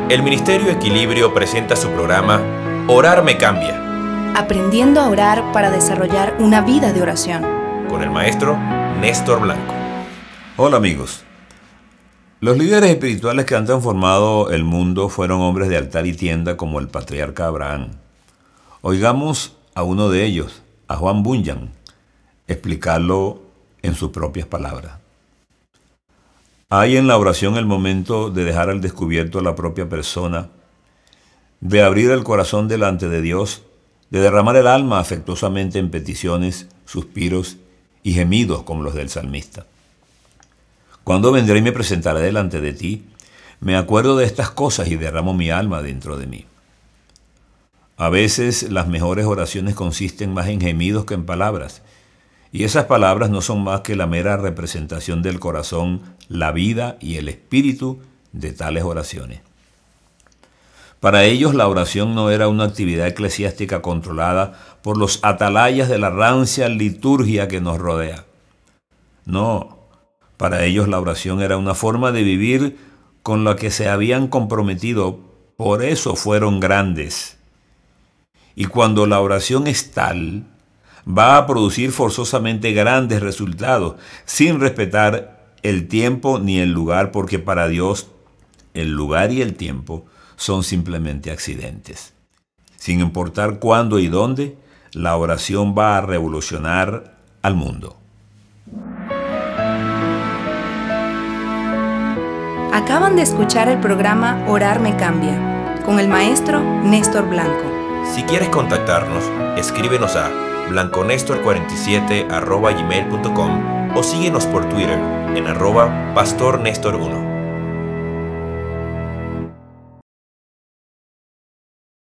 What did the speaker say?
El Ministerio Equilibrio presenta su programa Orar me cambia, aprendiendo a orar para desarrollar una vida de oración, con el maestro Néstor Blanco. Hola amigos. Los líderes espirituales que han transformado el mundo fueron hombres de altar y tienda como el patriarca Abraham. Oigamos a uno de ellos, a Juan Bunyan, explicarlo en sus propias palabras. Hay en la oración el momento de dejar al descubierto a la propia persona, de abrir el corazón delante de Dios, de derramar el alma afectuosamente en peticiones, suspiros y gemidos como los del salmista. Cuando vendré y me presentaré delante de ti, me acuerdo de estas cosas y derramo mi alma dentro de mí. A veces las mejores oraciones consisten más en gemidos que en palabras, y esas palabras no son más que la mera representación del corazón, la vida y el espíritu de tales oraciones. Para ellos la oración no era una actividad eclesiástica controlada por los atalayas de la rancia liturgia que nos rodea. No, para ellos la oración era una forma de vivir con la que se habían comprometido, por eso fueron grandes. Y cuando la oración es tal, va a producir forzosamente grandes resultados, sin respetar el tiempo ni el lugar, porque para Dios el lugar y el tiempo son simplemente accidentes. Sin importar cuándo y dónde, la oración va a revolucionar al mundo. Acaban de escuchar el programa Orar me cambia, con el maestro Néstor Blanco. Si quieres contactarnos, escríbenos a blanconestor47@gmail.com o síguenos por Twitter en @pastornestor1.